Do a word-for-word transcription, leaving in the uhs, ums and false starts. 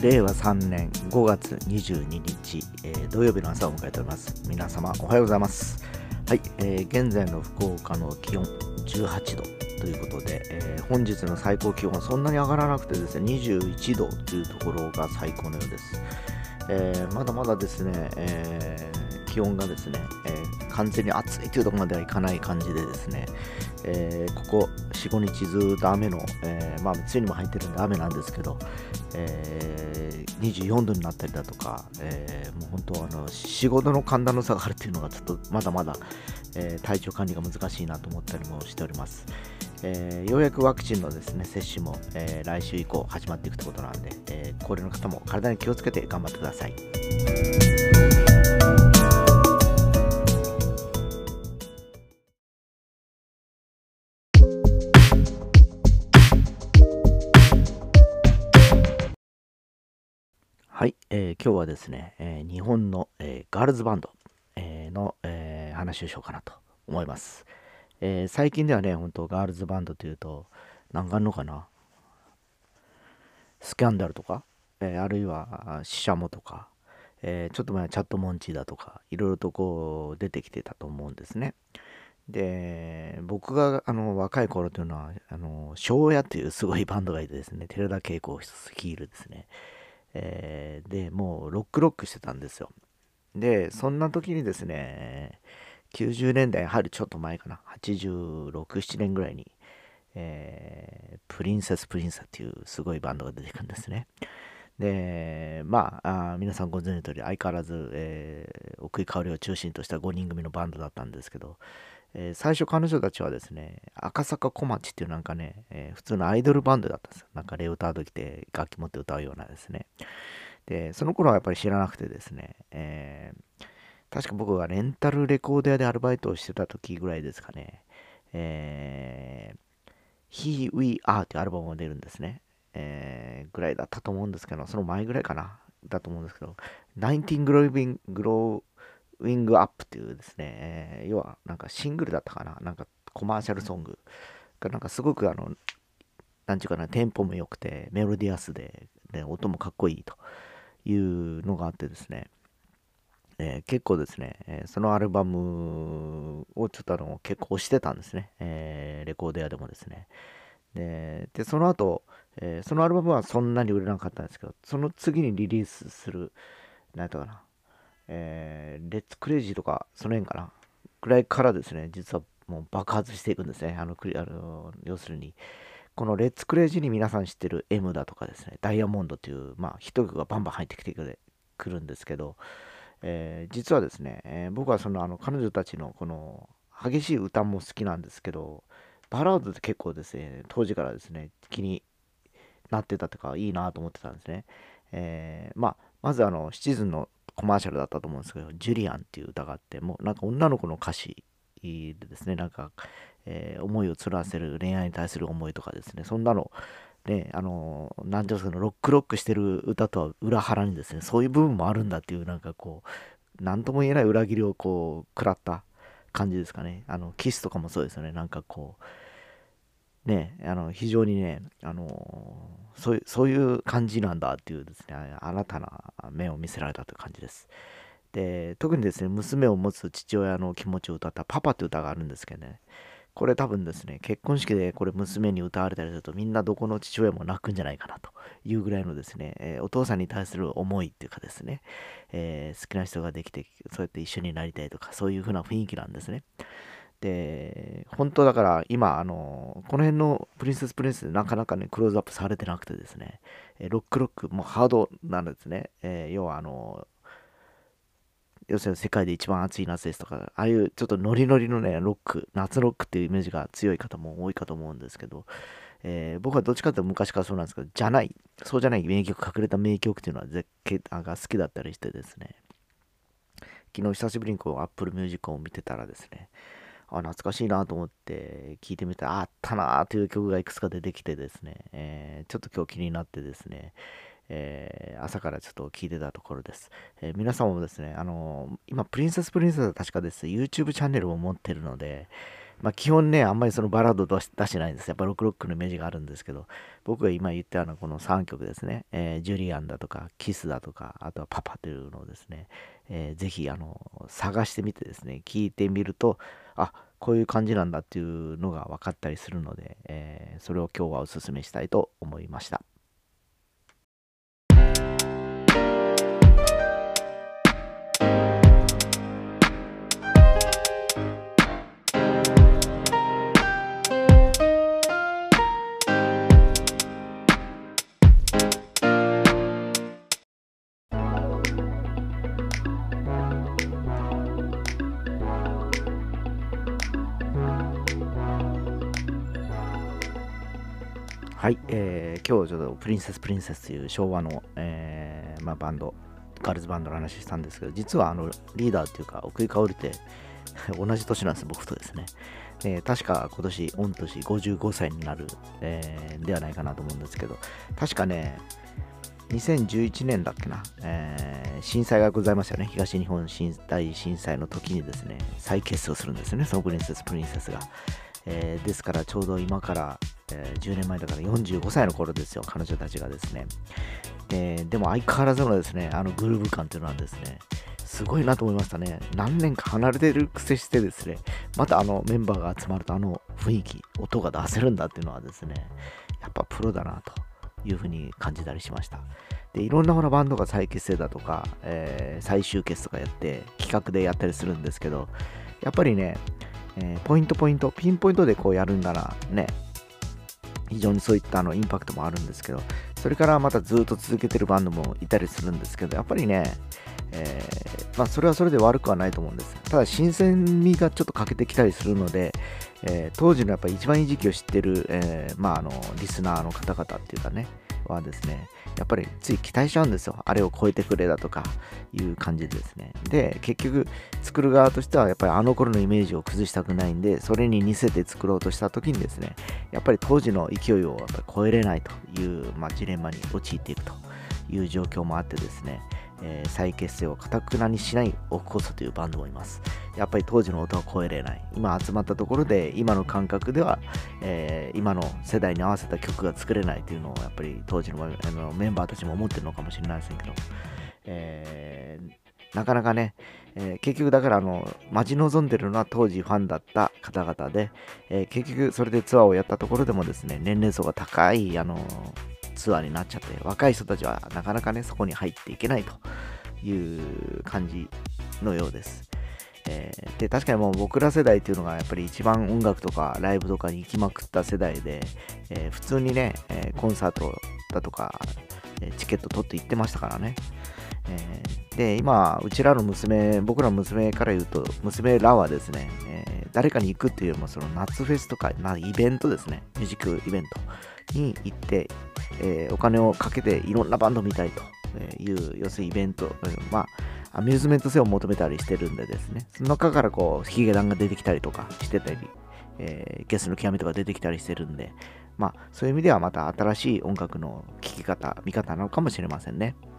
れいわさんねんごがつにじゅうににち、えー、土曜日の朝を迎えております。皆様おはようございます。はい、えー、現在の福岡の気温じゅうはちどということで、えー、本日の最高気温はそんなに上がらなくてですね、にじゅういちどというところが最高のようです。えー、まだまだですね、えー、気温がですね、えー、完全に暑いというところまではいかない感じでですね、えー、ここ よん、ごにちずっと雨の、えー、まあ梅雨にも入ってるんで雨なんですけど、えー、にじゅうよんどになったりだとか、えー、もう本当あのよん、ごどの寒暖の差があるっていうのがちょっとまだまだ、えー、体調管理が難しいなと思ったりもしております。えー、ようやくワクチンのですね接種も、えー、来週以降始まっていくということなんで、えー、高齢の方も体に気をつけて頑張ってください。はい、えー、今日はですね、えー、日本の、えー、ガールズバンド、えー、の、えー、話をしようかなと思います。えー、最近ではね、本当ガールズバンドというと、何があるのかな、スキャンダルとか、えー、あるいはシシャモとか、えー、ちょっと前はチャットモンチーだとか、いろいろとこう出てきてたと思うんですね。で、僕があの若い頃というのは、あの庄屋というすごいバンドがいてですね、寺田恵子率いるですね、えー、で、もうロックロックしてたんですよ。で、そんな時にですね、きゅうじゅうねんだい入るちょっと前かな、はちじゅうろく、ななねんぐらいに、えー、プリンセスプリンセスっていうすごいバンドが出てくるんですね。で、まあ、あ皆さんご存知の通り、相変わらず、えー、奥井香織を中心としたごにん組のバンドだったんですけど、えー最初彼女たちはですね、赤坂小町っていうなんかね、えー普通のアイドルバンドだったんですよ。なんかレオタード着て楽器持って歌うようなですね。で、その頃はやっぱり知らなくてですね、えー確か僕がレンタルレコード屋でアルバイトをしてた時ぐらいですかね、えー、Here We Are っていうアルバムが出るんですね。えーぐらいだったと思うんですけど、その前ぐらいかな、だと思うんですけど、ナインティーン Growing, Growing Up っていうですね、えー要はなんかシングルだったかな、なんかコマーシャルソングがなんかすごくあの、なんていうかな、テンポも良くて、メロディアスで、で音もかっこいいというのがあってですね、えー結構ですね、えーそのアルバムをちょっとあの結構推してたんですね、えーレコード屋でもですね。で、でその後、えーそのアルバムはそんなに売れなかったんですけど、その次にリリースする、なんとかな、えーレッツクレイジーとか、その辺かな、ぐらいからですね、実はもう爆発していくんですね。あの、クリあの要するに、このレッツクレイジーに皆さん知ってる エム だとかですね、ダイヤモンドという、まあ、ヒット曲がバンバン入ってきてくるんですけど、えー実はですね、えー僕はそのあの彼女たちのこの激しい歌も好きなんですけど、バラードって結構ですね、当時からですね、気になってたとか、いいなと思ってたんですね。えーまあ、まずあの、シチズンのコマーシャルだったと思うんですけど、ジュリアンっていう歌があって、もうなんか女の子の歌詞でですね、なんか、えー思いをつらせる恋愛に対する思いとかですね、そんなの、ね、あの、なんていうんですかね、ロックロックしてる歌とは裏腹にですね、そういう部分もあるんだっていう、なんかこう、なんとも言えない裏切りをこう、食らった感じですかね。あの、キスとかもそうですよね、なんかこう、ね、あの、非常にね、あの、そういう、そういう感じなんだっていうですね、新たな面を見せられたという感じです。で、特にですね、娘を持つ父親の気持ちを歌ったパパって歌があるんですけどね、これ多分ですね、結婚式でこれ娘に歌われたりするとみんなどこの父親も泣くんじゃないかなというぐらいのですね、えーお父さんに対する思いっていうかですね、えー好きな人ができて、そうやって一緒になりたいとか、そういう風な雰囲気なんですね。で、本当だから今、あの、この辺のプリンセスプリンスでなかなかね、クローズアップされてなくてですね、えーロックロック、もうハードなんですね。えー要はあの、要するに世界で一番暑い夏ですとか、ああいうちょっとノリノリのね、ロック、夏ロックっていうイメージが強い方も多いかと思うんですけど、えー僕はどっちかというと昔からそうなんですけど、じゃない、そうじゃない名曲、隠れた名曲っていうのは絶景が好きだったりしてですね、昨日久しぶりにこう Apple Music を見てたらですね、あ、懐かしいなと思って聞いてみたら、ああったなーという曲がいくつか出てきてですね、えーちょっと今日気になってですね、えー朝からちょっと聞いてたところです。えー皆さんもですね、あのー今、プリンセスプリンセスは確かです、YouTube チャンネルを持ってるので、 まあ基本ね、あんまりそのバラード出し出してないんです。やっぱロックロックのイメージがあるんですけど、僕が今言ったようなこのさんきょくですね、えージュリアンだとか、キスだとか、あとはパパというのをですね、えーぜひあの探してみてですね、聞いてみると、あ、こういう感じなんだっていうのが分かったりするので、えーそれを今日はお勧めしたいと思いました。はい、えー今日ちょっとプリンセスプリンセスという昭和の、えーまあ、バンド、ガールズバンドの話したんですけど、実はあのリーダーっていうか、奥井香織って同じ年なんです、僕とですね。で確か今年、御年ごじゅうごさいになる、えーではないかなと思うんですけど、確かね、にせんじゅういちねんだっけな、えー震災がございましたよね。東日本大震災の時にですね、再結成するんですよね、そのプリンセスプリンセスが。えーですからちょうど今から、えーじゅうねんまえだからよんじゅうごさいの頃ですよ、彼女たちがですね。ででも相変わらずのですね、あのグルーヴ感というのはですね、すごいなと思いましたね。何年か離れてる癖してですね、またあのメンバーが集まるとあの雰囲気、音が出せるんだっていうのはですね、やっぱプロだなというふうに感じたりしました。で、いろんなほらバンドが再結成だとか、えー再集結とかやって企画でやったりするんですけど、やっぱりね、えーポイントポイント、ピンポイントでこうやるんならね、非常にそういったあのインパクトもあるんですけど、それからまたずっと続けてるバンドもいたりするんですけど、やっぱりね、えーまあそれはそれで悪くはないと思うんです。ただ新鮮味がちょっと欠けてきたりするので、えー当時のやっぱり一番いい時期を知ってる、えーまああのリスナーの方々っていうかね、はですね、やっぱりつい期待しちゃうんですよ。あれを超えてくれだとかいう感じでですね。で、結局作る側としてはやっぱりあの頃のイメージを崩したくないんで、それに似せて作ろうとした時にですね、やっぱり当時の勢いをやっぱり超えれないという、まあ、ジレンマに陥っていくという状況もあってですね、えー再結成をかたくなにしないオフコースというバンドもいます。やっぱり当時の音は超えれない。今集まったところで今の感覚では、えー今の世代に合わせた曲が作れないというのをやっぱり当時のあのメンバーたちも思ってるのかもしれないですけど、えーなかなかね、えー結局だからあの待ち望んでるのは当時ファンだった方々で、えー結局それでツアーをやったところでもですね、年齢層が高いあのツアーになっちゃって、若い人たちはなかなかねそこに入っていけないという感じのようです。えーで確かにもう僕ら世代っていうのがやっぱり一番音楽とかライブとかに行きまくった世代で、えー普通にね、えーコンサートだとか、えーチケット取って行ってましたからね。えーで、今、うちらの娘、僕らの娘から言うと、娘らはですね、えー誰かに行くっていうよりも、その夏フェスとか、まあ、イベントですね、ミュージックイベントに行って、えーお金をかけていろんなバンド見たいという、要するにイベント、えーまあ、アミューズメント性を求めたりしてるんでですね、その中からこう、ヒゲダンが出てきたりとかしてたり、えーゲスの極みとか出てきたりしてるんで、まあ、そういう意味ではまた新しい音楽の聴き方、見方なのかもしれませんね。